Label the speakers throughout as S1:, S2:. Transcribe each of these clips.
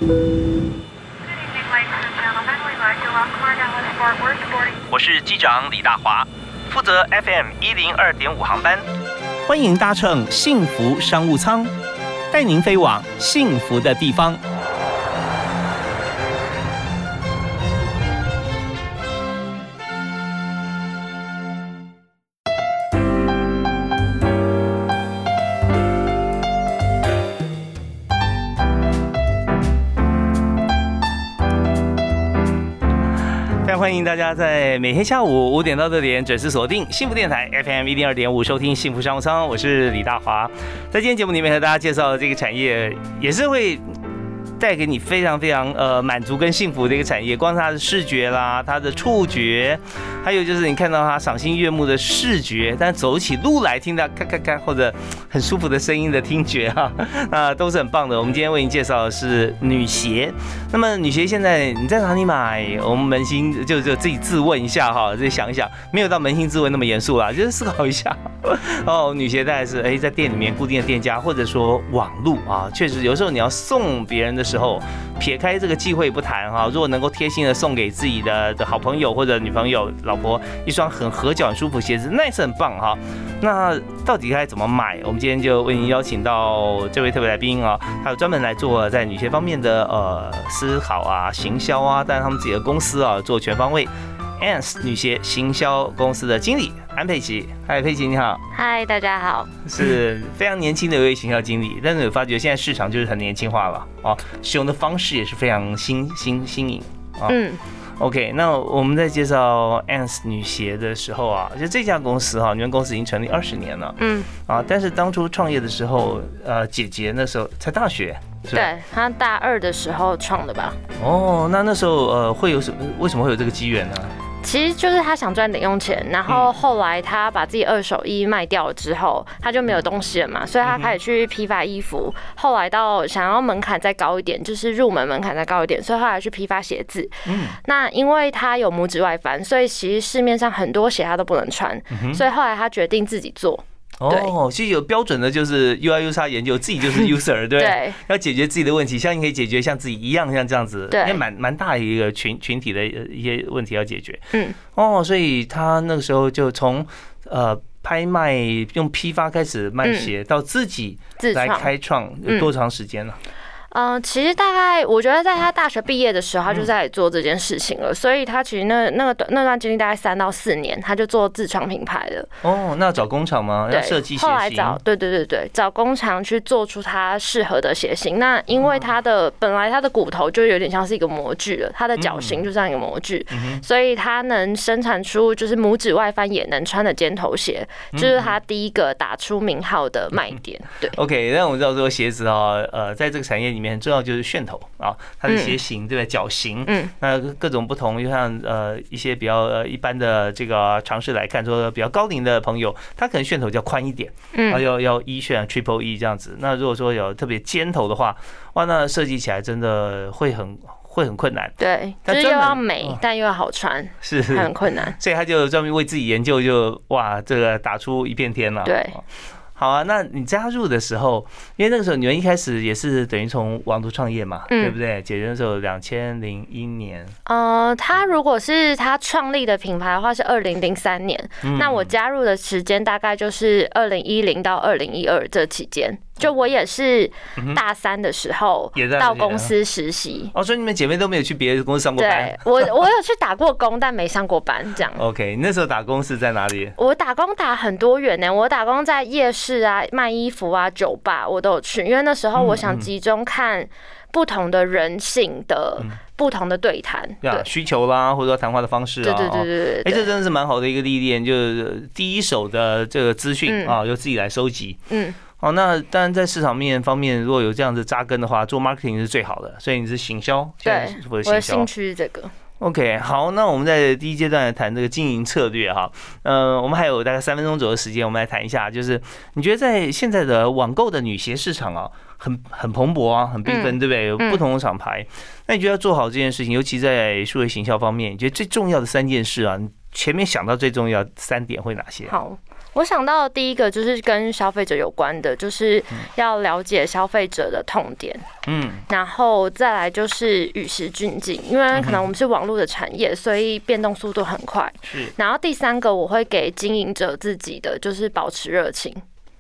S1: 我是机长李大华，负责 FM 102.5航班，欢迎搭乘幸福商务舱，带您飞往幸福的地方。欢迎大家在每天下午5点到6点准时锁定幸福电台 FM 102.5收听幸福商务舱，我是李大华。在今天节目里面和大家介绍的这个产业，也是会带给你非常非常满足跟幸福的一个产业。光是它的视觉啦，它的触觉，还有就是你看到它赏心悦目的视觉，但走起路来听到咔咔咔或者很舒服的声音的听觉哈，都是很棒的。我们今天为您介绍的是女鞋。那么女鞋现在你在哪里买？我们扪心就自己自问一下哈，自己想一想，没有到扪心自问那么严肃啦，就是思考一下。女鞋大概是在店里面固定的店家，或者说网路啊，确实有时候你要送别人的时候，撇开这个忌讳不谈哈，如果能够贴心的送给自己的好朋友或者女朋友、老婆一双很合脚、很舒服鞋子，那也是很棒哈。那到底该怎么买？我们今天就为您邀请到这位特别来宾啊，他有专门来做在女鞋方面的思考啊、行销啊，但是他们自己的公司啊做全方位。ANS 女鞋行销公司的经理安佩琪，嗨，佩琪你好。嗨，
S2: 大家好。
S1: 是非常年轻的一位行销经理，但是我发觉现在市场就是很年轻化了哦，使用的方式也是非常新颖啊。OK， 那我们在介绍 ANS 女鞋的时候啊，就这家公司哈，你们公司已经成立20年了，但是当初创业的时候，姐姐那时候才大学，
S2: 对，她大2的时候创的吧？
S1: 哦，那时候会有为什么会有这个机缘呢？
S2: 其实就是他想赚零用钱，然后后来他把自己2手衣卖掉了之后，他就没有东西了嘛，所以他开始去批发衣服。后来到想要门槛再高一点，就是入门门槛再高一点，所以后来去批发鞋子。那因为他有拇指外翻，所以其实市面上很多鞋他都不能穿，所以后来他决定自己做。
S1: 其实有标准的就是 UI/UX 研究，自己就是 user， 对，对，要解决自己的问题，相信可以解决像自己一样像这样子，因为蛮大的一个群体的一些问题要解决。所以他那个时候就从拍卖用批发开始卖鞋，到自己来开创，有多长时间呢？
S2: 其实大概我觉得在他大学毕业的时候，他就在做这件事情了，所以他其实那段经历大概3到4年，他就做自创品牌了。那
S1: 找工厂吗？要设计鞋型？
S2: 后来对，找工厂去做出他适合的鞋型。那因为本来他的骨头就有点像是一个模具了，他的脚型就像一个模具，所以他能生产出就是拇指外翻也能穿的尖头鞋，就是他第一个打出名号的卖点。对
S1: ，OK， 那我们知道说鞋子在这个产业里面很重要就是楦头啊，它的鞋型对不对？脚型，那各种不同，就像一些比较一般的这个尝试来看，说比较高龄的朋友，他可能楦头要宽一点，要E楦 Triple E 这样子。那如果说有特别尖头的话，哇，那设计起来真的会很困难。
S2: 对，就是又要美，但又要好穿，是很困难。
S1: 所以他就专门为自己研究，这个打出一片天了。
S2: 对。
S1: 好啊，那你加入的时候，因为那个时候你们一开始也是等于从网络创业嘛，对不对？姐姐那时候2001年。
S2: 他如果是他创立的品牌的话是2003年，那我加入的时间大概就是2010到2012这期间。就我也是大3的时候到公司实习。
S1: 所以你们姐妹都没有去别的公司上过班？
S2: 对，我有去打过工，但没上过班这样。
S1: OK， 那时候打工是在哪里？
S2: 我打工打很多元呢，我打工在夜市啊、卖衣服啊、酒吧我都有去，因为那时候我想集中看不同的人性的不同的对谈，
S1: 需求啦，或者说谈话的方式啊，对，这真的是蛮好的一个历练，就是第一手的这个资讯啊，由自己来收集。那当然在市场面方面，如果有这样子扎根的话，做 marketing 是最好的。所以你是行销，
S2: 对，我的兴趣是这个。
S1: OK， 好，那我们在第一阶段来谈这个经营策略哈。我们还有大概3分钟左右的时间，我们来谈一下，就是你觉得在现在的网购的女鞋市场啊，很蓬勃啊，很缤纷，对不对？有不同的厂牌。那你觉得要做好这件事情，尤其在数位行销方面，你觉得最重要的3件事啊，你前面想到最重要3点会哪些？
S2: 好。 我想到的第一个就是跟消费者有关的，就是要了解消费者的痛点，然后再来就是与时俱进，因为可能我们是网络的产业，所以变动速度很快。然后第三个我会给经营者自己的，就是保持热情。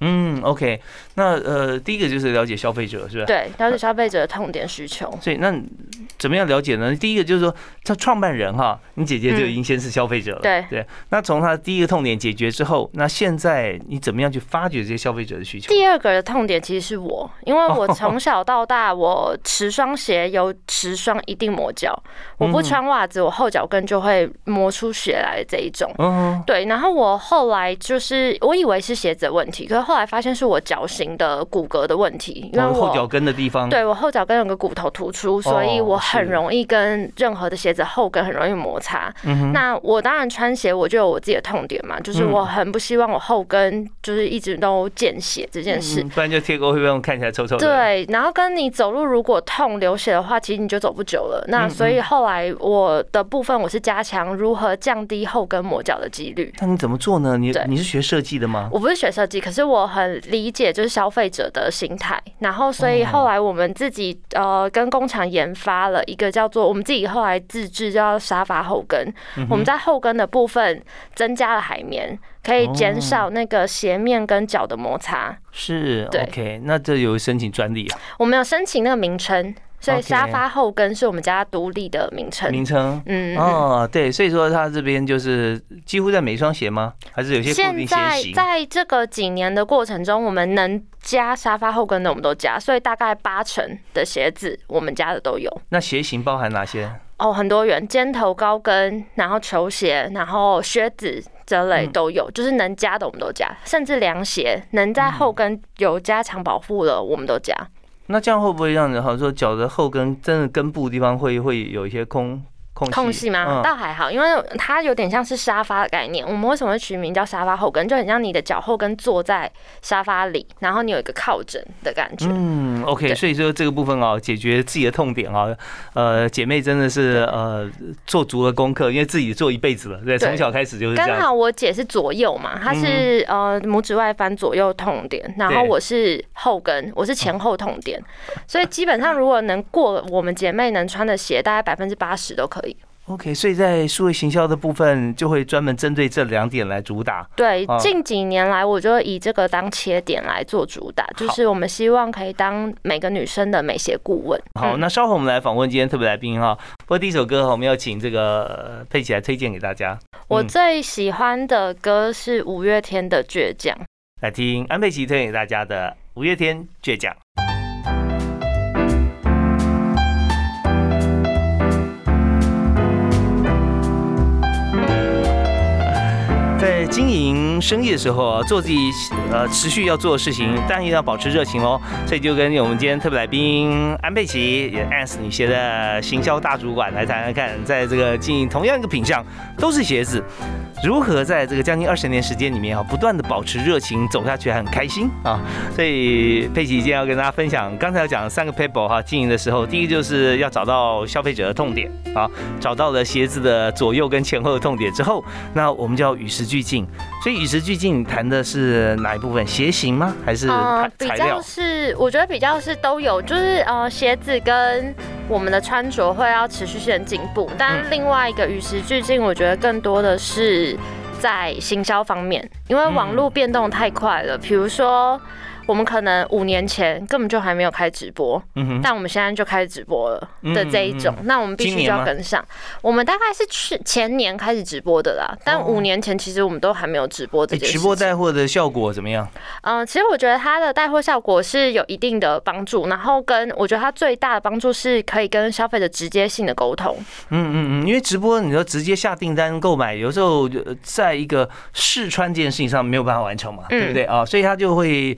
S1: OK， 那第一个就是了解消费者，是吧？
S2: 对，了解消费者的痛点需求。
S1: 所以那怎么样了解呢？第一个就是说，他创办人哈，你姐姐就已经先是消费者了，对。那从他第一个痛点解决之后，那现在你怎么样去发掘这些消费者的需求？
S2: 第二个的痛点其实是我，因为我从小到大，我10双鞋有10双一定磨脚，我不穿袜子，我后脚跟就会磨出血来的这一种。对。然后我后来就是我以为是鞋子的问题，可是后来发现是我脚型的骨骼的问题，因为我
S1: 后脚跟的地方，
S2: 对我后脚跟有个骨头突出，所以我很容易跟任何的鞋子后跟很容易摩擦。那我当然穿鞋我就有我自己的痛点嘛，就是我很不希望我后跟就是一直都见血这件事，
S1: 不然就贴沟会让看起来臭臭的。
S2: 对，然后跟你走路如果痛流血的话，其实你就走不久了。那所以后来我的部分我是加强如何降低后跟磨脚的几率。
S1: 那你怎么做呢？你是学设计的吗？
S2: 我不是学设计，可是我很理解就是消费者的心态，然后所以后来我们自己跟工厂研发了一个叫做我们自己后来自制叫沙发后跟，我们在后跟的部分增加了海绵，可以减少那个鞋面跟脚的摩擦。
S1: 是 OK， 那这有申请专利啊？
S2: 我们有申请那个名称。所以沙发后跟是我们家独立的名称。对，所以说它这边就是几乎在每一双鞋吗？还是有些固定鞋型？现在在这个几年的过程中，我们能加沙发后跟的我们都加，所以大概80%的鞋子我们家的都有。
S1: 那鞋型包含哪些？
S2: 很多元，尖头高跟，然后球鞋，然后靴子这类都有，就是能加的我们都加，甚至凉鞋能在后跟有加强保护的我们都加。
S1: 那这样会不会让人好像说脚的后跟真的根部地方会有一些空隙
S2: 吗？倒还好，因为它有点像是沙发的概念。我们为什么会取名叫沙发后跟？就很像你的脚后跟坐在沙发里，然后你有一个靠枕的感觉。
S1: OK， 所以说这个部分解决自己的痛点姐妹真的是做足了功课，因为自己做一辈子了，对，从小开始就是这样。
S2: 刚好我姐是左右嘛，她是拇指外翻左右痛点，然后我是后跟，我是前后痛点，所以基本上如果能过我们姐妹能穿的鞋，大概80%都可以。
S1: OK， 所以在数位行销的部分就会专门针对这2点来主打。
S2: 对，近几年来我就以这个当切点来做主打，就是我们希望可以当每个女生的美鞋顾问。
S1: 好，那稍后我们来访问今天特别来宾哈。不过第一首歌我们要请这个佩奇来推荐给大家。
S2: 我最喜欢的歌是5月天的《倔强》，
S1: 来听安佩奇推荐给大家的5月天《倔强》。在经营生意的时候做自己持续要做的事情，当然要保持热情哦。所以就跟我们今天特别来宾安佩奇，也 ANS 女鞋的行销大主管来谈谈看，在这个经营同样一个品项，都是鞋子，如何在这个将近20年时间里面不断的保持热情走下去，还很开心啊。所以佩奇今天要跟大家分享，刚才要讲3个 paper 经营的时候，第一个就是要找到消费者的痛点找到了鞋子的左右跟前后的痛点之后，那我们就要与时俱进。所以与时俱进谈的是哪一部分？鞋型吗？还是材料？
S2: 我觉得比较是都有，就是鞋子跟我们的穿着会要持续性进步，但另外一个与时俱进，我觉得更多的是在行销方面，因为网络变动太快了。比如说，我们可能5年前根本就还没有开直播，但我们现在就开始直播了的这一种，那我们必须就要跟上。我们大概是前年开始直播的啦，但5年前其实我们都还没有直播这件事情。
S1: 直播带货的效果怎么样？
S2: 其实我觉得它的带货效果是有一定的帮助，然后我觉得它最大的帮助是可以跟消费者直接性的沟通。
S1: 因为直播你说直接下订单购买，有时候在一个试穿这件事情上没有办法完成嘛，对不对啊？所以它就会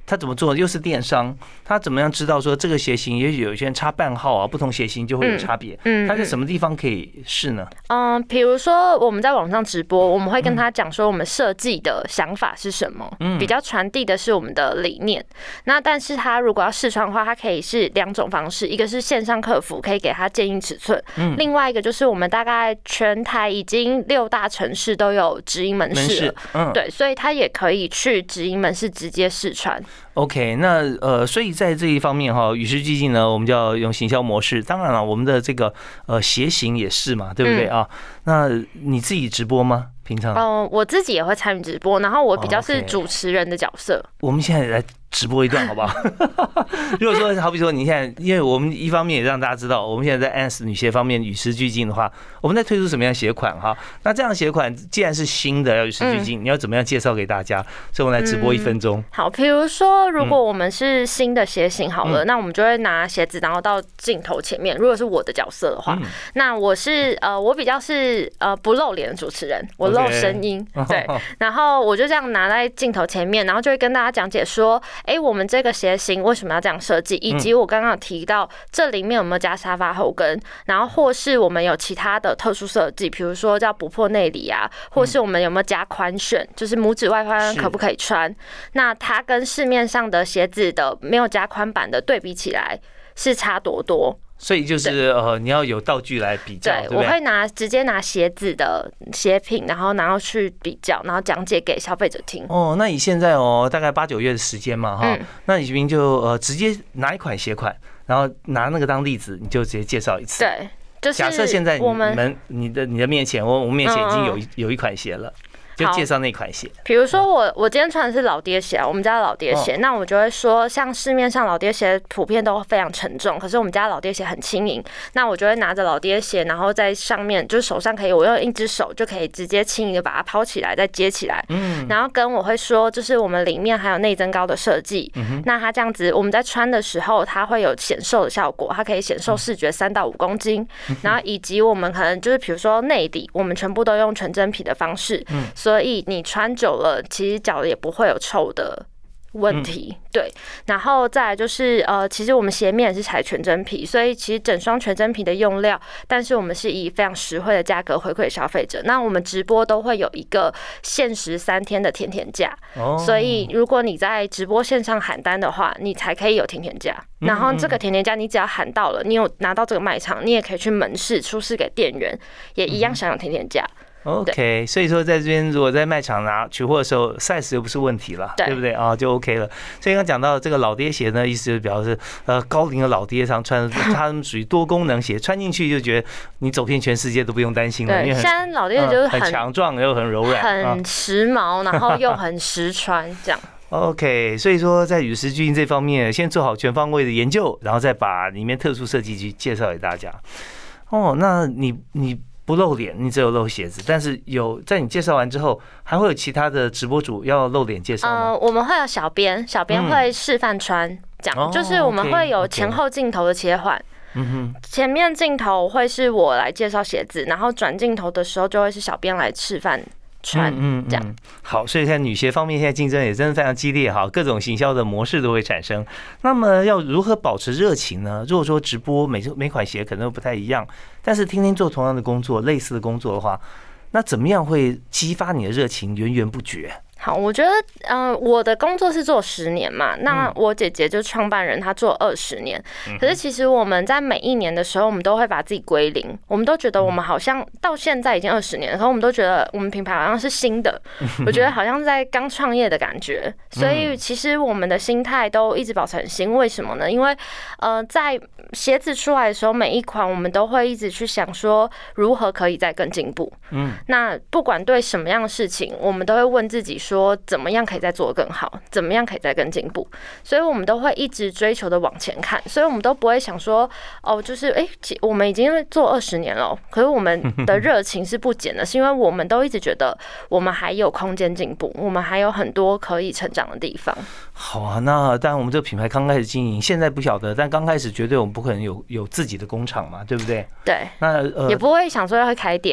S1: 他怎么做？又是电商，他怎么样知道说这个鞋型，也许有些人差半号啊，不同鞋型就会有差别。他在什么地方可以试呢？
S2: 比如说我们在网上直播，我们会跟他讲说我们设计的想法是什么，比较传递的是我们的理念。那但是他如果要试穿的话，他可以是2种方式，一个是线上客服可以给他建议尺寸，另外一个就是我们大概全台已经6大城市都有直营门市了，对，所以他也可以去直营门市直接试穿。
S1: OK， 那所以在这一方面哈，与时俱进呢，我们就要用行销模式。当然了，我们的这个鞋型也是嘛，对不对啊？那你自己直播吗？平常？
S2: 我自己也会参与直播，然后我比较是主持人的角色。
S1: 我们现在来直播一段好不好？如果说好比说你现在，因为我们一方面也让大家知道，我们现在在 ANS 女鞋方面与时俱进的话，我们在推出什么样的鞋款哈？那这样的鞋款既然是新的，要与时俱进，你要怎么样介绍给大家？所以我们来直播1分钟。
S2: 好，比如说如果我们是新的鞋型好了，那我们就会拿鞋子然后到镜头前面。如果是我的角色的话，那我是我比较是不露脸的主持人，我露声音，对，然后我就这样拿在镜头前面，然后就会跟大家讲解说，我们这个鞋型为什么要这样设计，以及我刚刚有提到这里面有没有加沙发后跟，然后或是我们有其他的特殊设计，比如说叫不破内里啊，或是我们有没有加宽楦，就是拇指外宽可不可以穿？那它跟市面上的鞋子的没有加宽版的对比起来是差多多。
S1: 所以就是你要有道具来比较，对，
S2: 我会直接拿鞋子的鞋品，然后去比较，然后讲解给消费者听。
S1: 那以现在大概8、9月的时间嘛哈，那你这边就直接拿一款鞋款，然后拿那个当例子，你就直接介绍一次。
S2: 对，就是
S1: 假设现在你的面前，我面前已经有一款鞋了。就介绍那款鞋，
S2: 比如说我今天穿的是老爹鞋，我们家的老爹鞋，那我就会说，像市面上老爹鞋普遍都非常沉重，可是我们家的老爹鞋很轻盈，那我就会拿着老爹鞋，然后在上面就是手上可以，我用一只手就可以直接轻盈的把它抛起来，再接起来，然后跟我会说，就是我们里面还有内增高的设计，那它这样子我们在穿的时候，它会有显瘦的效果，它可以显瘦视觉3到5公斤，然后以及我们可能就是比如说内里，我们全部都用全真皮的方式，所以你穿久了，其实脚也不会有臭的问题，对。然后再来就是其实我们鞋面也是采全真皮，所以其实整双全真皮的用料，但是我们是以非常实惠的价格回馈消费者。那我们直播都会有一个限时3天的甜甜价，所以如果你在直播线上喊单的话，你才可以有甜甜价。然后这个甜甜价你只要喊到了，你有拿到这个卖场，你也可以去门市出示给店员，也一样享有甜甜价。
S1: OK， 所以说在这边如果在卖场取货的时候 ，size 又不是问题了，对不对啊？就 OK 了。所以刚讲到这个老爹鞋呢，意思就是表示高龄的老爹常穿，他们属于多功能鞋，穿进去就觉得你走遍全世界都不用担心了。
S2: 对，现在老爹就是
S1: 很强壮又很柔软，
S2: 很时髦，然后又很实穿这样。
S1: OK， 所以说在与时俱进这方面，先做好全方位的研究，然后再把里面特殊设计去介绍给大家。那你不露脸，你只有露鞋子，但是在你介绍完之后，还会有其他的直播主要露脸介绍吗？
S2: 我们会有小编会示范穿，这样就是我们会有前后镜头的切换。前面镜头会是我来介绍鞋子，然后转镜头的时候就会是小编来示范穿，这样。
S1: 好，所以在女鞋方面，现在竞争也真的非常激烈哈，各种行销的模式都会产生。那么要如何保持热情呢？如果说直播每款鞋可能都不太一样，但是天天做同样的工作、类似的工作的话，那怎么样会激发你的热情源源不绝？
S2: 好，我觉得，我的工作是做10年嘛，那我姐姐就是创办人，她做20年。可是其实我们在每一年的时候，我们都会把自己归零，我们都觉得我们好像到现在已经20年了，可是我们都觉得我们品牌好像是新的，我觉得好像在刚创业的感觉。所以其实我们的心态都一直保持很新，为什么呢？因为在鞋子出来的时候，每一款我们都会一直去想说如何可以再更进步。那不管对什么样的事情，我们都会问自己说怎么样可以再做得更好，怎么样可以再更进步，所以我们都会一直追求的往前看，所以我们都不会想说就是我们已经做20年了，可是我们的热情是不减的，是因为我们都一直觉得我们还有空间进步，我们还有很多可以成长的地方。
S1: 好啊，那当然我们这个品牌刚开始经营，现在不晓得，但刚开始绝对我们不可能有自己的工厂嘛，对不对？
S2: 对，那也不会想说要开店。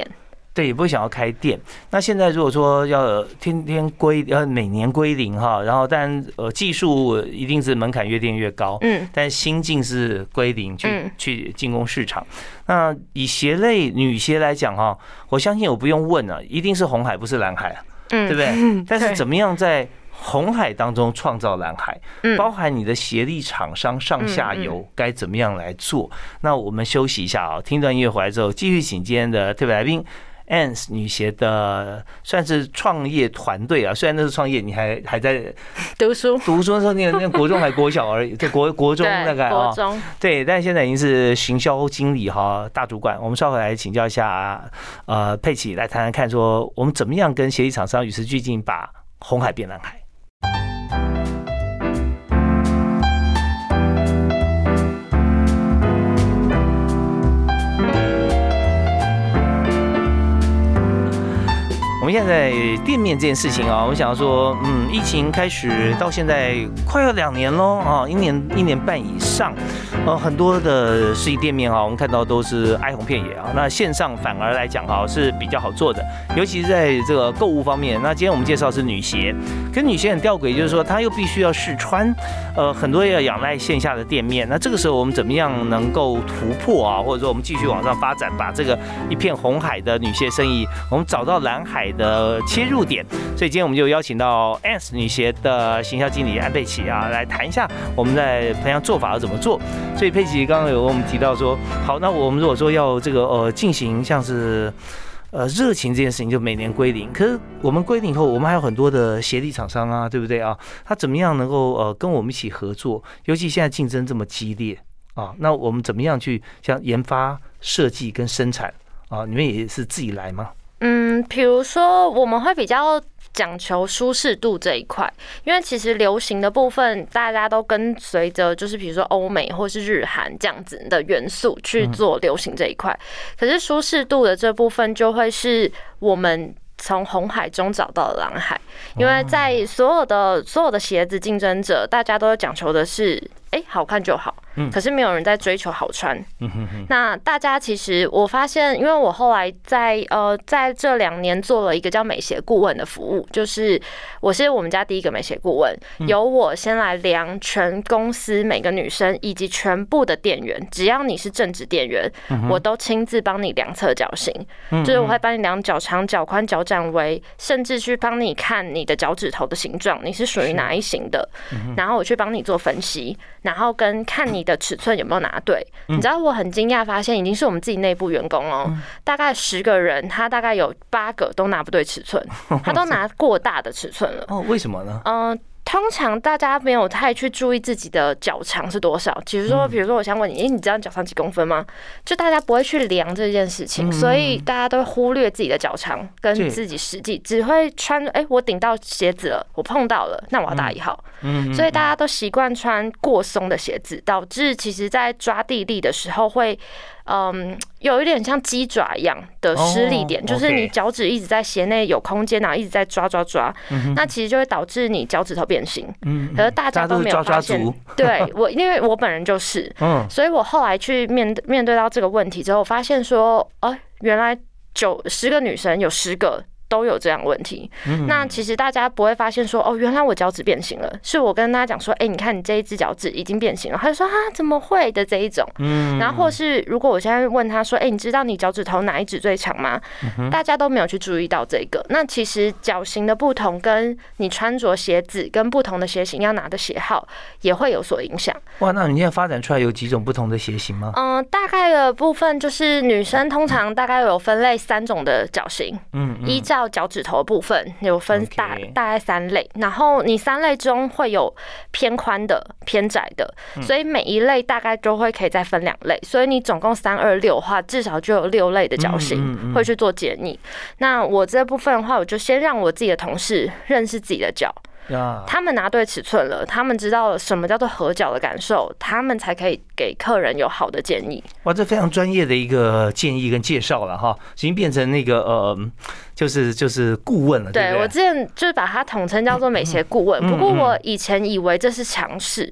S1: 对，也不会想要开店。那现在如果说要天天每年归零哈，然后但技术一定是门槛越定越高，但心境是归零去进攻市场。那以鞋类女鞋来讲哈，我相信我不用问了，一定是红海不是蓝海啊，对不对？但是怎么样在红海当中创造蓝海，包含你的协力厂商上下游该怎么样来做？那我们休息一下啊，听段音乐回来之后，继续请今天的特别来宾 ANS 女鞋的算是创业团队啊，虽然那是创业，你还在
S2: 读书
S1: 的时候，那国中还国小而已，在国中大概啊，对，但现在已经是行销经理哈大主管。我们稍后来请教一下佩奇来谈谈看，说我们怎么样跟协力厂商与时俱进，把红海变蓝海。我们现在店面这件事情啊，我想要说，疫情开始到现在快要2年喽啊，1年半以上，很多的实体店面啊，我们看到都是哀鸿遍野啊。那线上反而来讲哈是比较好做的，尤其是在这个购物方面。那今天我们介绍的是女鞋，跟女鞋很吊诡，就是说它又必须要试穿，很多要仰赖线下的店面。那这个时候我们怎么样能够突破啊，或者说我们继续往上发展，把这个一片红海的女鞋生意，我们找到蓝海的切入点。所以今天我们就邀请到 ANS 女鞋的行销经理安佩奇啊，来谈一下我们在平常做法要怎么做。所以佩奇刚刚有跟我们提到说，好，那我们如果说要这个进行像是热情这件事情，就每年归零。可是我们归零后，我们还有很多的协力厂商啊，对不对啊？他怎么样能够跟我们一起合作？尤其现在竞争这么激烈啊，那我们怎么样去像研发、设计跟生产啊？你们也是自己来吗？
S2: 比如说我们会比较讲求舒适度这一块，因为其实流行的部分大家都跟随着就是比如说欧美或是日韩这样子的元素去做流行这一块，可是舒适度的这部分就会是我们从红海中找到了蓝海，因为在所有的鞋子竞争者，大家都讲求的是好看就好，可是没有人在追求好穿。那大家其实我发现，因为我后来在这2年做了一个叫美鞋顾问的服务，就是我是我们家第一个美鞋顾问，由我先来量全公司每个女生以及全部的店员，只要你是正职店员，我都亲自帮你量测脚型，就是我会帮你量脚长、脚宽、脚展围，甚至去帮你看你的脚趾头的形状，你是属于哪一型的，然后我去帮你做分析。然后跟看你的尺寸有没有拿对，你知道我很惊讶发现已经是我们自己内部员工哦，大概10个人，他大概有8个都拿不对尺寸，他都拿过大的尺寸了。
S1: 为什么呢？
S2: 通常大家没有太去注意自己的脚长是多少，比如说我想问你，你知道你脚长几公分吗？就大家不会去量这件事情，所以大家都会忽略自己的脚长跟自己实际，只会穿我顶到鞋子了，我碰到了，那我要大1号。所以大家都习惯穿过松的鞋子，导致其实在抓地力的时候会有一点像鸡爪一样的施力点，就是你脚趾一直在鞋内有空间，然后一直在抓，那其实就会导致你脚趾头变形。可是大家都没有发现。对，因为我本人就是，所以我后来去面对到这个问题之后，发现说，原来10个女生有10个都有这样的问题。那其实大家不会发现说，原来我脚趾变形了，是我跟大家讲说，你看你这一只脚趾已经变形了，他就说怎么会的这一种。然后或是如果我现在问他说，你知道你脚趾头哪一指最长吗？大家都没有去注意到这个。那其实脚型的不同，跟你穿着鞋子跟不同的鞋型要拿的鞋号也会有所影响。
S1: 哇，那你现在发展出来有几种不同的鞋型吗？
S2: 大概的部分就是女生通常大概有分类3种的脚型，依照脚趾头的部分有分大概3类，然后你3类中会有偏宽的、偏窄的，所以每一类大概都会可以再分2类，所以你总共3、2、6的话，至少就有6类的脚型会去做建议。那我这部分的话，我就先让我自己的同事认识自己的脚。他们拿对尺寸了，他们知道了什么叫做合脚的感受，他们才可以给客人有好的建议。
S1: 哇，这非常专业的一个建议跟介绍了哈，已经变成那个就是顾问了。
S2: 对，我之前就是把它统称叫做美鞋顾问，不过我以前以为这是常识。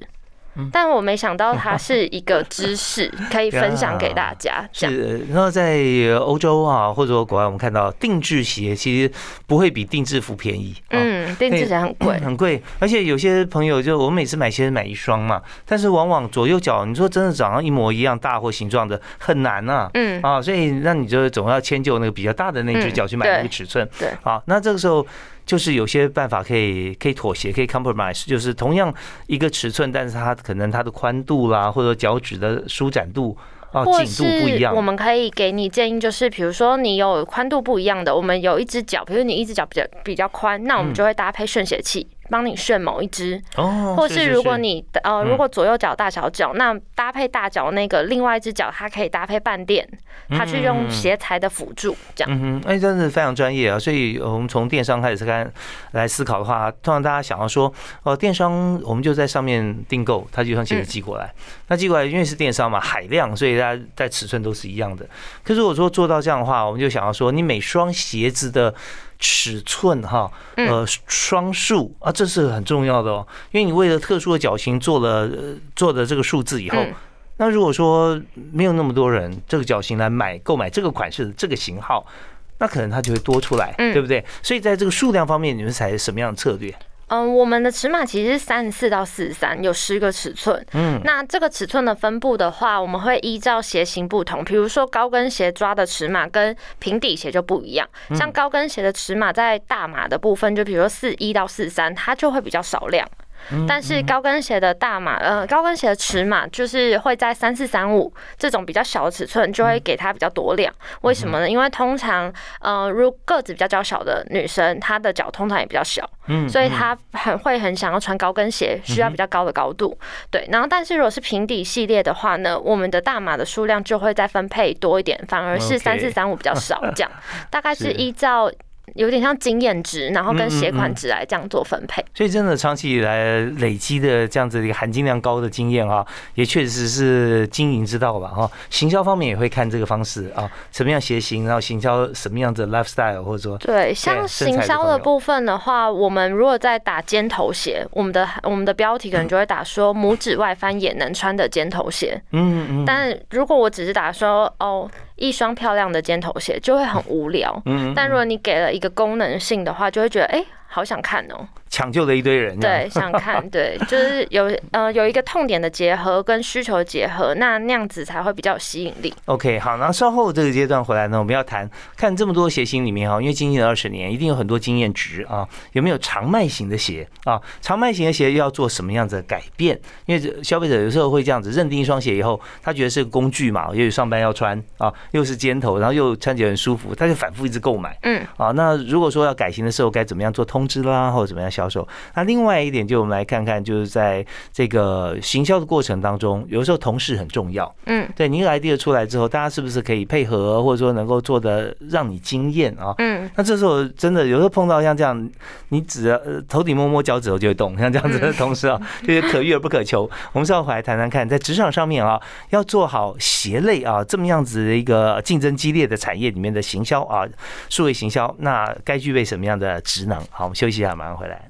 S2: 但我没想到它是一个知识，可以分享给大家。
S1: 是，然后在欧洲啊，或者说国外，我们看到定制鞋其实不会比定制服便宜。
S2: 定制鞋很贵，
S1: 很贵。而且有些朋友就我们每次买鞋买一双嘛，但是往往左右脚，你说真的长得一模一样大或形状的很难啊。所以那你就总要迁就那个比较大的那只脚去买那个尺寸。
S2: 对，
S1: 好，那这个时候。就是有些办法可以妥协，可以 compromise， 就是同样一个尺寸，但是它可能它的宽度啦，或者脚趾的舒展度紧度不一样。
S2: 我们可以给你建议，就是比如说你有宽度不一样的，我们有一只脚，比如你一只脚比较宽，那我们就会搭配旋鞋器。帮你旋某一只，或是如果你如果左右脚大小脚，那搭配大脚那个另外一只脚，它可以搭配半垫，它去用鞋材的辅助，这样。
S1: 真的非常专业啊！所以我们从电商开始来思考的话，通常大家想要说，电商我们就在上面订购，它就像鞋子寄过来。那寄过来因为是电商嘛，海量，所以大家在尺寸都是一样的。可是如果说做到这样的话，我们就想要说，你每双鞋子的尺寸双数啊，这是很重要的哦。因为你为了特殊的脚型做的这个数字以后，那如果说没有那么多人这个脚型来购买这个款式的这个型号，那可能它就会多出来，对不对？所以在这个数量方面，你们采什么样的策略？
S2: 我们的尺码其实是34到43，有10个尺寸。那这个尺寸的分布的话，我们会依照鞋型不同，比如说高跟鞋抓的尺码跟平底鞋就不一样。像高跟鞋的尺码在大码的部分，就比如说41到43，它就会比较少量。但是高跟鞋的高跟鞋的尺码就是会在34、35这种比较小的尺寸，就会给它比较多量。为什么呢？因为通常如个子比较娇小的女生，她的脚通常也比较小，所以她会很想要穿高跟鞋，需要比较高的高度。对，然后但是如果是平底系列的话呢，我们的大码的数量就会再分配多一点，反而是34、35比较少，这样大概是依照。有点像经验值，然后跟鞋款值来这样做分配。
S1: 所以真的长期以来累积的这样子的一个含金量高的经验啊，也确实是经营之道吧哈。行销方面也会看这个方式啊，什么样鞋型，然后行销什么样的 lifestyle， 或者说
S2: 对，像行销的部分的话，我们如果在打尖头鞋，我们的标题可能就会打说拇指外翻也能穿的尖头鞋。但如果我只是打说一双漂亮的尖头鞋，就会很无聊。但如果你给了一个功能性的话，就会觉得好想看哦。
S1: 抢救了一堆人，
S2: 对，想看，对，就是有一个痛点的结合跟需求的结合，那样子才会比较有吸引力。
S1: OK， 好，那稍后这个阶段回来呢，我们要看这么多鞋型里面因为经营了20年，一定有很多经验值啊，有没有长卖型的鞋啊？长卖型的鞋要做什么样子的改变？因为消费者有时候会这样子认定一双鞋以后，他觉得是个工具嘛，又有上班要穿啊，又是尖头，然后又穿起来很舒服，他就反复一直购买。那如果说要改型的时候，该怎么样做通知啦，或者怎么样销售？那另外一点，就我们来看看，就是在这个行销的过程当中，有时候同事很重要。对，你一个 idea 出来之后，大家是不是可以配合，或者说能够做的让你惊艳啊？那这时候真的有时候碰到像这样，你头顶摸摸脚趾头就会动，像这样子的同事啊，就是可遇而不可求。我们是要回来谈谈看，在职场上面啊，要做好鞋类啊这么样子的一个竞争激烈的产业里面的行销啊，数位行销，那该具备什么样的职能？好，我们休息一下，马上回来。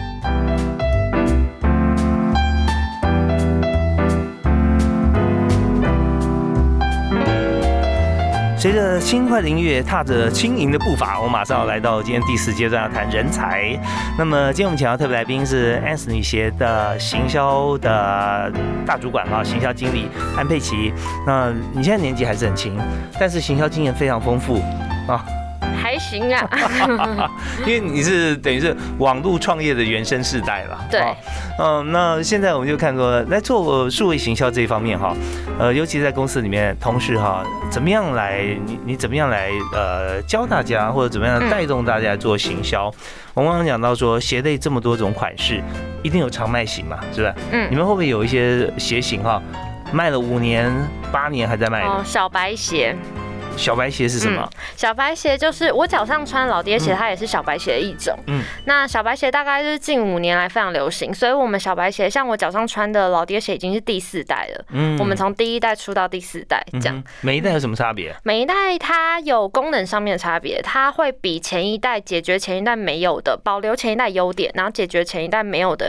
S1: 随着轻快的音乐，踏着轻盈的步伐，我马上要来到今天第4阶段要谈人才。那么今天我们请到特别来宾是 Anthony 鞋的行销的大主管行销经理安佩琪。那你现在年纪还是很轻，但是行销经验非常丰富啊。
S2: 还行啊，
S1: 因为你是等于是网络创业的原生世代了。
S2: 对，
S1: 那现在我们就看说来做数位行销这一方面尤其在公司里面，同事怎么样来你怎么样来教大家，或者怎么样带动大家做行销？我们刚刚讲到说鞋类这么多种款式，一定有长卖型嘛，是吧？你们会不会有一些鞋型卖了5年、8年还在卖的？
S2: 小白鞋。
S1: 小白鞋是什么？
S2: 小白鞋就是我脚上穿老爹鞋，它也是小白鞋的一种。那小白鞋大概是近5年来非常流行，所以我们小白鞋，像我脚上穿的老爹鞋已经是第4代了。我们从第1代出到第4代这样。
S1: 每一代有什么差别？
S2: 每一代它有功能上面的差别，它会比前一代解决前一代没有的，保留前一代优点，然后解决前一代没有的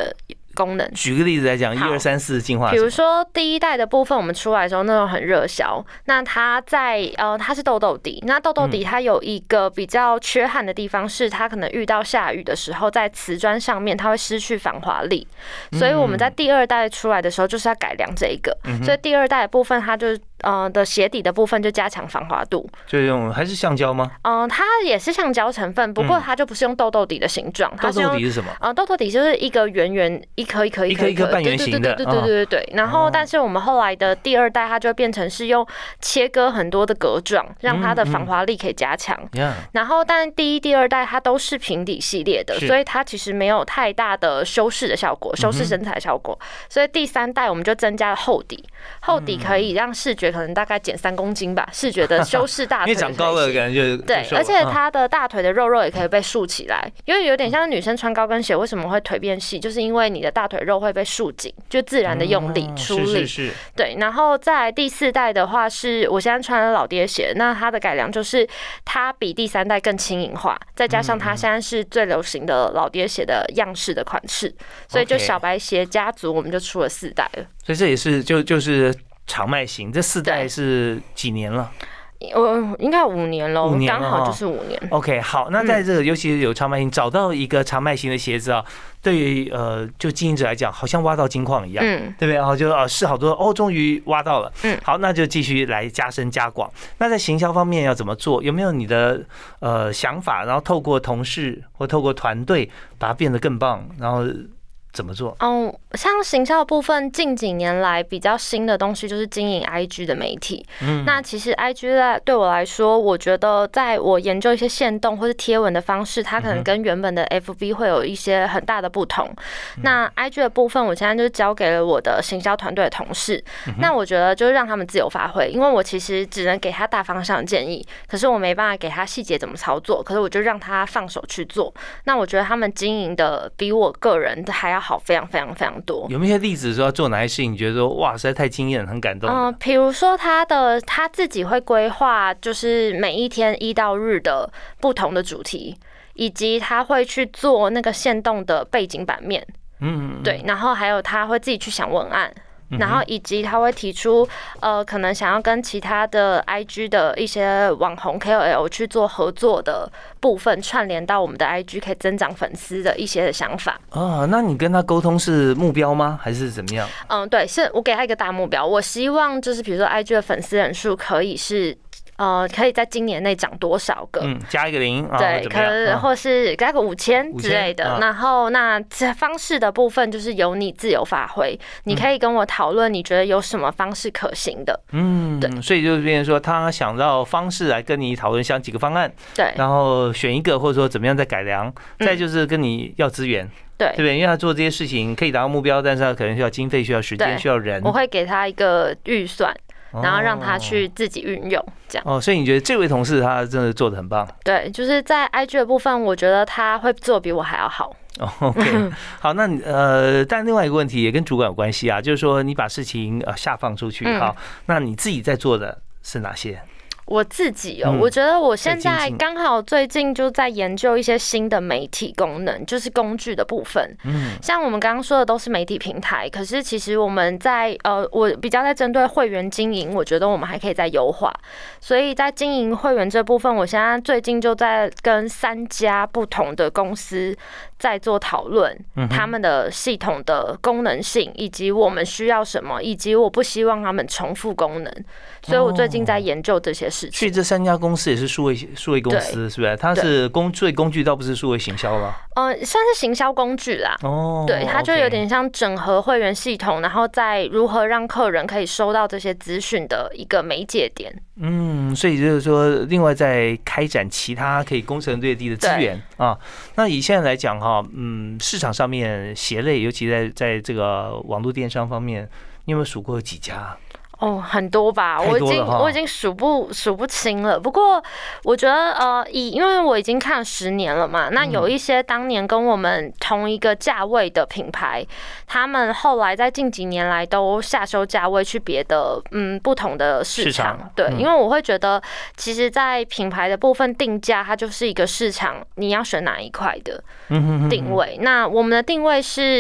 S2: 功能。
S1: 举个例子来讲，1、2、3、4进化。
S2: 比如说第一代的部分，我们出来的时候那种很热销，那它它是痘痘底，那痘痘底它有一个比较缺憾的地方是，它可能遇到下雨的时候，在瓷砖上面它会失去防滑力，所以我们在第2代出来的时候就是要改良这一个，所以第2代的部分它就的鞋底的部分就加强防滑度，
S1: 就用还是橡胶吗？
S2: 它也是橡胶成分，不过它就不是用痘痘底的形状，它是用
S1: 痘痘底是什么？
S2: 痘痘底就是一个圆圆一颗
S1: 半圆形的，
S2: 对。然后，但是我们后来的第2代，它就变成是用切割很多的格状，让它的防滑力可以加强。然后，但第1、第2代它都是平底系列的，所以它其实没有太大的修饰的效果，修饰身材的效果。所以第3代我们就增加了厚底，厚底可以让视觉可能大概减3公斤吧，视觉的修饰大腿。
S1: 因为长高了感觉就
S2: 对，而且它的大腿的肉也可以被竖起来，因为有点像女生穿高跟鞋为什么会腿变细，就是因为你的大腿肉会被束紧，就自然的用力出力。
S1: 是。
S2: 对，然后再来第4代的话，是我现在穿的老爹鞋，那它的改良就是它比第3代更轻盈化，再加上它现在是最流行的老爹鞋的样式的款式，所以就小白鞋家族我们就出了4代了。
S1: 所以这也是就是长脉型，这4代是几年了？
S2: 应该5年了，刚好就是5年。
S1: OK， 好，那在这个尤其是有长脉型，找到一个长脉型的鞋子啊，对于就经营者来讲，好像挖到金矿一样，对不对？然后就试好多，终于挖到了，好，那就继续来加深加广。那在行销方面要怎么做？有没有你的想法？然后透过同事或透过团队把它变得更棒，然后怎么做？
S2: 像行销的部分，近几年来比较新的东西就是经营 IG 的媒体。那其实 IG 对我来说，我觉得在我研究一些限动或是贴文的方式，它可能跟原本的 FB 会有一些很大的不同。那 IG 的部分，我现在就交给了我的行销团队的同事。那我觉得就是让他们自由发挥，因为我其实只能给他大方向的建议，可是我没办法给他细节怎么操作，可是我就让他放手去做。那我觉得他们经营的比我个人还要好非常非常非常多。
S1: 有没有一些例子说要做哪些事情，你觉得说哇实在太惊艳，很感动？
S2: 比如说他自己会规划，就是每一天1到日的不同的主题，以及他会去做那个限动的背景版面。对，然后还有他会自己去想文案。然后以及他会提出，可能想要跟其他的 IG 的一些网红 KOL 去做合作的部分，串联到我们的 IG 可以增长粉丝的一些的想法。
S1: 那你跟他沟通是目标吗？还是怎么样？
S2: 对，是我给他一个大目标，我希望就是比如说 IG 的粉丝人数可以是。可以在今年内涨多少个？
S1: 加一个0，
S2: 对，可能或是加个5000之类的。然后那方式的部分就是由你自由发挥，你可以跟我讨论，你觉得有什么方式可行的？对，
S1: 所以就变成说，他想到方式来跟你讨论，想几个方案，
S2: 对，
S1: 然后选一个，或者说怎么样再改良，再就是跟你要资源。对不对？因为他做这些事情可以达到目标，但是他可能需要经费、需要时间、需要人。
S2: 我会给他一个预算。然后让他去自己运用，这样。
S1: 所以你觉得这位同事他真的做得很棒？
S2: 对，就是在 IG 的部分，我觉得他会做比我还要好。
S1: OK， 好，那但另外一个问题也跟主管有关系啊，就是说你把事情下放出去，好，那你自己在做的是哪些？
S2: 我自己我觉得我现在刚好最近就在研究一些新的媒体功能，就是工具的部分。像我们刚刚说的都是媒体平台，可是其实我们在我比较在针对会员经营，我觉得我们还可以再优化。所以在经营会员这部分，我现在最近就在跟3家不同的公司在做讨论，他们的系统的功能性，以及我们需要什么，以及我不希望他们重复功能。所以我最近在研究这些事情。
S1: 所以这3家公司也是数位公司，是不是？它是数位工具，倒不是数位行销了。
S2: 算是行销工具啦。对，它就有点像整合会员系统，然后再如何让客人可以收到这些资讯的一个媒介点。
S1: 所以就是说，另外再开展其他可以攻城略地的资源啊。那以现在来讲哈，市场上面鞋类，尤其在这个网络电商方面，你有没有数过几家？
S2: 很多吧，我已经数不清了。不过我觉得因为我已经看了10年了嘛，那有一些当年跟我们同一个价位的品牌，他们后来在近几年来都下修价位去别的不同的市场。对，因为我会觉得，其实，在品牌的部分定价，它就是一个市场，你要选哪一块的定位。那我们的定位是。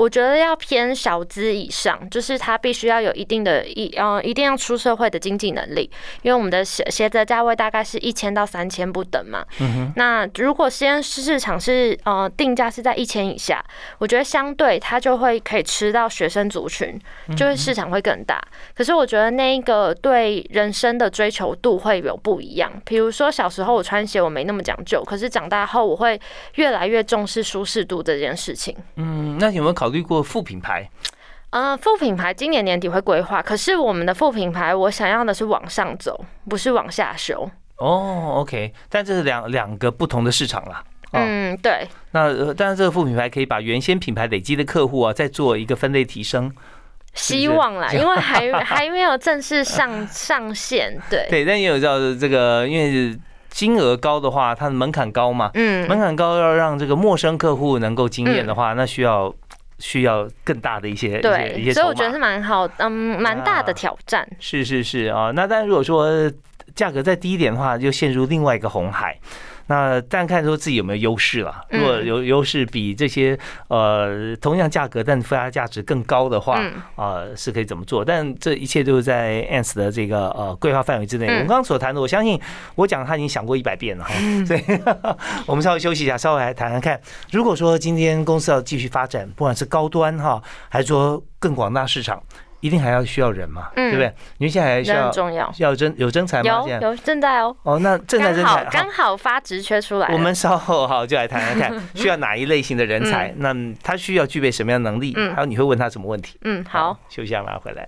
S2: 我觉得要偏小资以上，就是他必须要有一定要出社会的经济能力，因为我们的鞋子的价位大概是1000到3000不等嘛。那如果实验市场是定价是在1000以下，我觉得相对它就会可以吃到学生族群，就是市场会更大。可是我觉得那一个对人生的追求度会有不一样。比如说小时候我穿鞋我没那么讲究，可是长大后我会越来越重视舒适度这件事情。
S1: 那有没有考虑过副品牌？
S2: 副品牌今年年底会规划，可是我们的副品牌我想要的是往上走，不是往下修。
S1: OK， 但这是两个不同的市场啦。
S2: 对。
S1: 那但是这个副品牌可以把原先品牌累积的客户再做一个分类提升。
S2: 希望啦，因为还没有正式上线。对，
S1: 但也有知道这个，因为金额高的话，它的门槛高嘛。门槛高要让这个陌生客户能够惊艳的话，那需要更大的一些
S2: 对，所以我觉得是蛮好，蛮大的挑战。
S1: 是啊，那但如果说价格再低一点的话，就陷入另外一个红海。那但看说自己有没有优势了。如果有优势比这些同样价格但附加价值更高的话，是可以怎么做？但这一切都是在 ANS 的这个规划范围之内。我们刚刚所谈的，我相信我讲他已经想过100遍了哈。所以我们稍微休息一下，稍微来谈谈看，如果说今天公司要继续发展，不管是高端哈，还是说更广大市场，一定还要需要人嘛，对不对？因为现在还需要
S2: 很重要，
S1: 有征才吗？
S2: 有正在哦。
S1: 那正在征才
S2: 刚好发职缺出来。
S1: 我们稍后就来谈谈看，需要哪一类型的人才？那他需要具备什么样的能力？还有你会问他什么问题？
S2: 好，
S1: 休息一下，马上回来。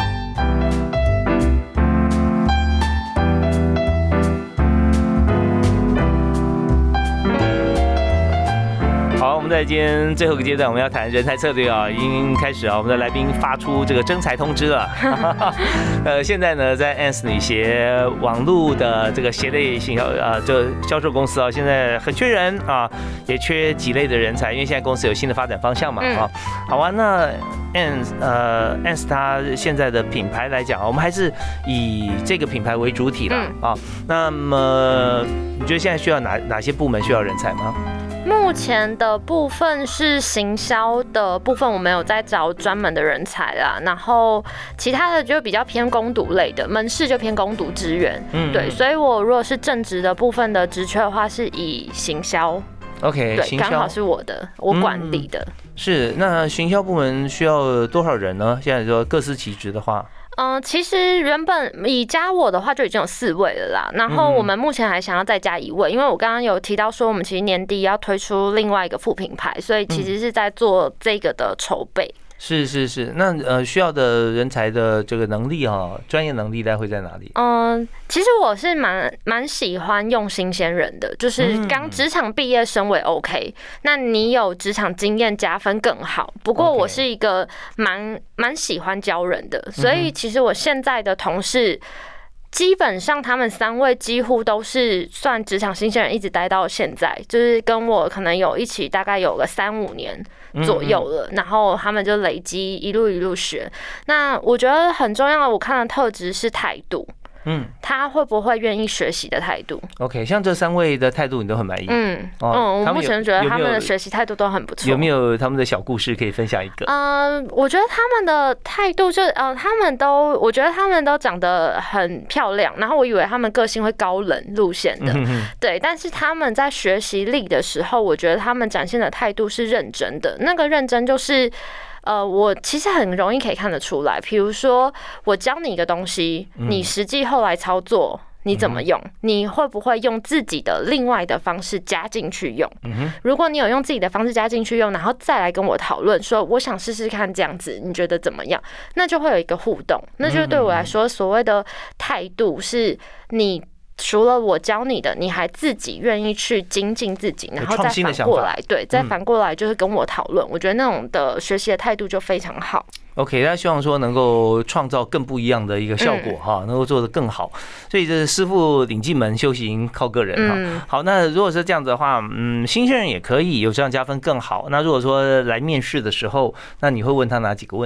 S1: 好，我们在今天最后一个阶段，我们要谈人才策略已经开始我们的来宾发出这个征才通知了。现在呢，在 ANS 女鞋网络的这个鞋类行销就销售公司现在很缺人也缺几类的人才，因为现在公司有新的发展方向嘛好那 ANS 它现在的品牌来讲，我们还是以这个品牌为主体啦那么你觉得现在需要哪些部门需要人才吗？
S2: 目前的部分是行销的部分，我们有在找专门的人才啦，然后其他的就比较偏工读类的，门市就偏工读支援。对，所以我如果是正职的部分的职缺的话，是以行销。
S1: OK，
S2: 对，刚好是我管理的。
S1: 是，那行销部门需要多少人呢？现在说各司其职的话。
S2: 其实原本以加我的话就已经有4位了啦，然后我们目前还想要再加1位，因为我刚刚有提到说我们其实年底要推出另外一个副品牌，所以其实是在做这个的筹备。是，那
S1: 需要的人才的这个能力专业能力大概会在哪里？
S2: 其实我是蛮喜欢用新鲜人的，就是刚职场毕业生为 OK，那你有职场经验加分更好。不过我是一个蛮喜欢教人的，所以其实我现在的同事。基本上他们3位几乎都是算职场新鲜人，一直待到现在，就是跟我可能有一起大概有个3-5年左右了，然后他们就累积一路学。那我觉得很重要的，我看的特质是态度。他会不会愿意学习的态度
S1: ？OK， 像这3位的态度你都很满意。
S2: 我目前觉得他们的学习态度都很不错。
S1: 有没有他们的小故事可以分享一个？
S2: 我觉得他们的态度就是，我觉得他们都长得很漂亮，然后我以为他们个性会高冷路线的，对，但是他们在学习力的时候，我觉得他们展现的态度是认真的，那个认真就是。我其实很容易可以看得出来，比如说我教你一个东西，你实际后来操作你怎么用，你会不会用自己的另外的方式加进去用？如果你有用自己的方式加进去用，然后再来跟我讨论说，我想试试看这样子，你觉得怎么样？那就会有一个互动，那就对我来说，所谓的态度是你。除了我教你的，你还自己愿意去精进自己，然后再反过来，对，再反过来就是跟我讨论。我觉得那种的学习的态度就非常好。OK， 那希望说能够创造更不一样的一个效果能够做得更好。所以这是师傅领进门，修行靠个人好，那如果是这样子的话，新鲜人也可以有这样加分更好。那如果说来面试的时候，那你会问他哪几个问题吗？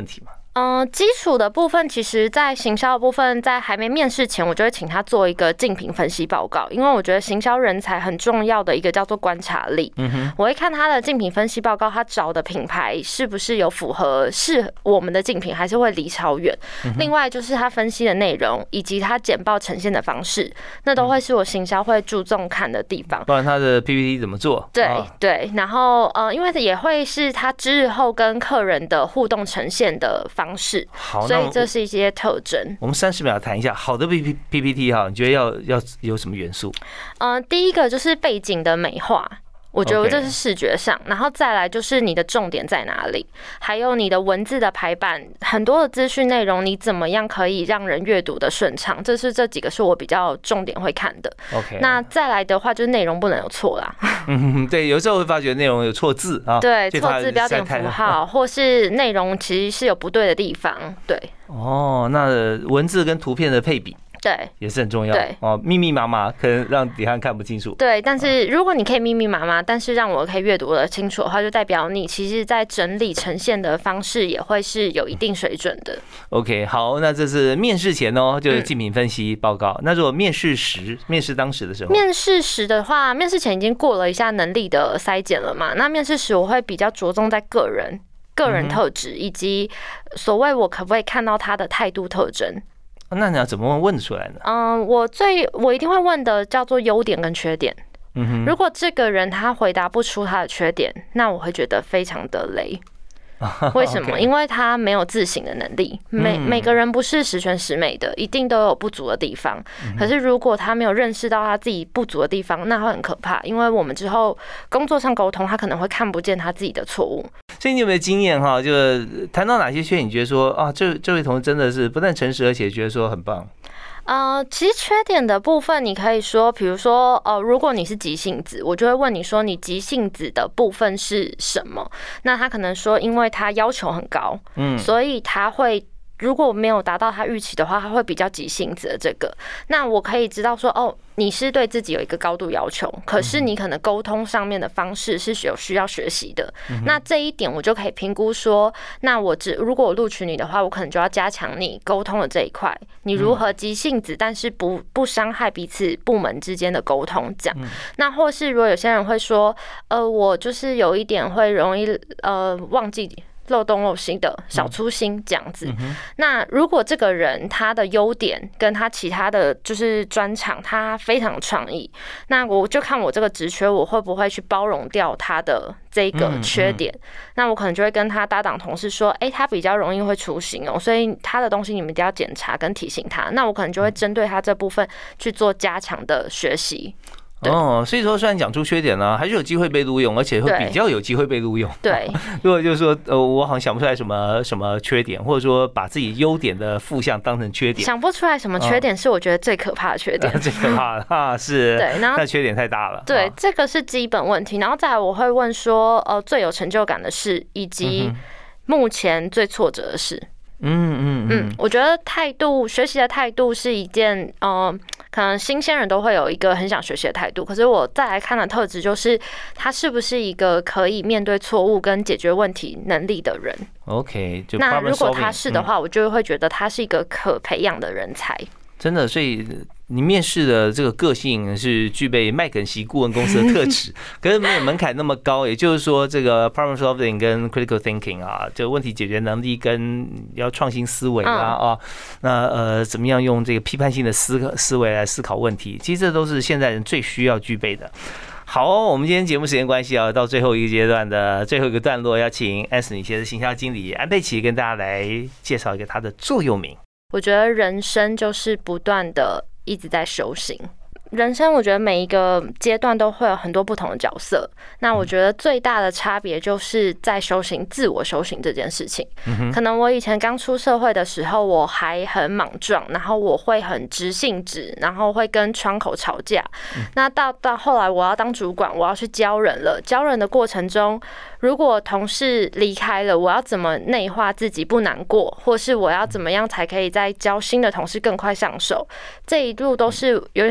S2: 基础的部分，其实在行销的部分，在还没面试前，我就会请他做一个竞品分析报告，因为我觉得行销人才很重要的一个叫做观察力。我会看他的竞品分析报告，他找的品牌是不是有符合是我们的竞品，还是会离超远。另外就是他分析的内容，以及他简报呈现的方式，那都会是我行销会注重看的地方。
S1: 不然他的 PPT 怎么做？
S2: 对，然后因为也会是他之后跟客人的互动呈现的方式，所以这是一些特征。
S1: 我们30秒谈一下好的 PPT 哈，你觉得要有什么元素？
S2: 第一个就是背景的美化。我觉得这是视觉上，然后再来就是你的重点在哪里，还有你的文字的排版，很多的资讯内容你怎么样可以让人阅读的顺畅，这几个是我比较重点会看的。
S1: OK，
S2: 那再来的话就是内容不能有错啦。
S1: 对，有时候会发觉内容有错字啊，
S2: 对，错字、标点符号，或是内容其实是有不对的地方。对，
S1: 那文字跟图片的配比。
S2: 对，
S1: 也是很重要。对密密麻麻，可能让底下看不清楚。
S2: 对，但是如果你可以密密麻麻，但是让我可以阅读得清楚的话，就代表你其实在整理呈现的方式也会是有一定水准的。
S1: OK， 好，那这是面试前就是竞品分析报告。那如果面试当时的时候，
S2: 面试时的话，面试前已经过了一下能力的筛检了嘛？那面试时我会比较着重在个人特质，以及所谓我可不可以看到他的态度特征。
S1: 那你要怎么问得出来呢？
S2: 我一定会问的叫做优点跟缺点。如果这个人他回答不出他的缺点，那我会觉得非常的累。为什么？因为他没有自省的能力。每个人不是十全十美的，一定都有不足的地方。可是如果他没有认识到他自己不足的地方，那会很可怕。因为我们之后工作上沟通，他可能会看不见他自己的错误。
S1: 所以你有没有经验哈？就谈到哪些缺点，你觉得说这位同事真的是不但诚实，而且觉得说很棒。
S2: 其实缺点的部分，你可以说，比如说，如果你是急性子，我就会问你说，你急性子的部分是什么？那他可能说，因为他要求很高，所以他会。如果没有达到他预期的话，他会比较急性子的这个。那我可以知道说，你是对自己有一个高度要求，可是你可能沟通上面的方式是有需要学习的。那这一点我就可以评估说，那如果我录取你的话，我可能就要加强你沟通的这一块，你如何急性子，但是不伤害彼此部门之间的沟通这样。那或是如果有些人会说，我就是有一点会容易忘记。漏洞漏心的小粗心这样子。那如果这个人他的优点跟他其他的就是专长，他非常创意，那我就看我这个职缺我会不会去包容掉他的这个缺点。那我可能就会跟他搭档同事说，他比较容易会出行所以他的东西你们一定要检查跟提醒他。那我可能就会针对他这部分去做加强的学习。
S1: 所以说虽然讲出缺点呢，还是有机会被录用，而且会比较有机会被录用。
S2: 对，
S1: 如果就是说我好像想不出来什么缺点，或者说把自己优点的负向当成缺点，
S2: 想不出来什么缺点是我觉得最可怕的缺点。
S1: 最可怕的是，
S2: 对，然后
S1: 那缺点太大了。
S2: 对，这个是基本问题。然后再来我会问说，最有成就感的事，以及目前最挫折的事。我觉得学习的态度是一件，可能新鲜人都会有一个很想学习的态度。可是我再来看的特质就是，他是不是一个可以面对错误跟解决问题能力的人。
S1: OK，
S2: 那如果他是的话，我就会觉得他是一个可培养的人才。
S1: 真的，所以你面试的这个个性是具备麦肯锡顾问公司的特质，可是没有门槛那么高。也就是说，这个 problem solving 跟 critical thinking 这个问题解决能力跟要创新思维那怎么样用这个批判性的思维来思考问题，其实这都是现在人最需要具备的。好，我们今天节目时间关系到最后一个阶段的最后一个段落，要请安森女鞋的行销经理安佩琪跟大家来介绍一个她的座右铭。
S2: 我觉得人生就是不断的一直在修行。人生我觉得每一个阶段都会有很多不同的角色，那我觉得最大的差别就是在自我修行这件事情。可能我以前刚出社会的时候我还很莽撞，然后我会很直性子，然后会跟窗口吵架。那到后来我要当主管，我要去教人了，教人的过程中，如果同事离开了，我要怎么内化自己不难过，或是我要怎么样才可以在教新的同事更快上手，这一路都是有点像在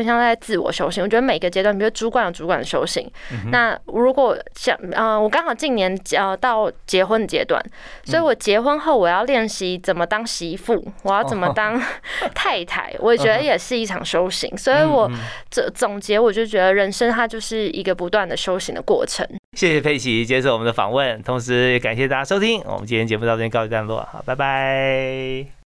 S2: 自我修行。我觉得每个阶段，比如主管有主管的修行，那如果像我刚好近年到结婚阶段，所以我结婚后我要练习怎么当媳妇，我要怎么当太太，我觉得也是一场修行。所以我总结，我就觉得人生它就是一个不断的修行的过程。
S1: 谢谢佩奇接受我们的访问，同时也感谢大家收听，我们今天节目到这边告一段落，好，拜拜。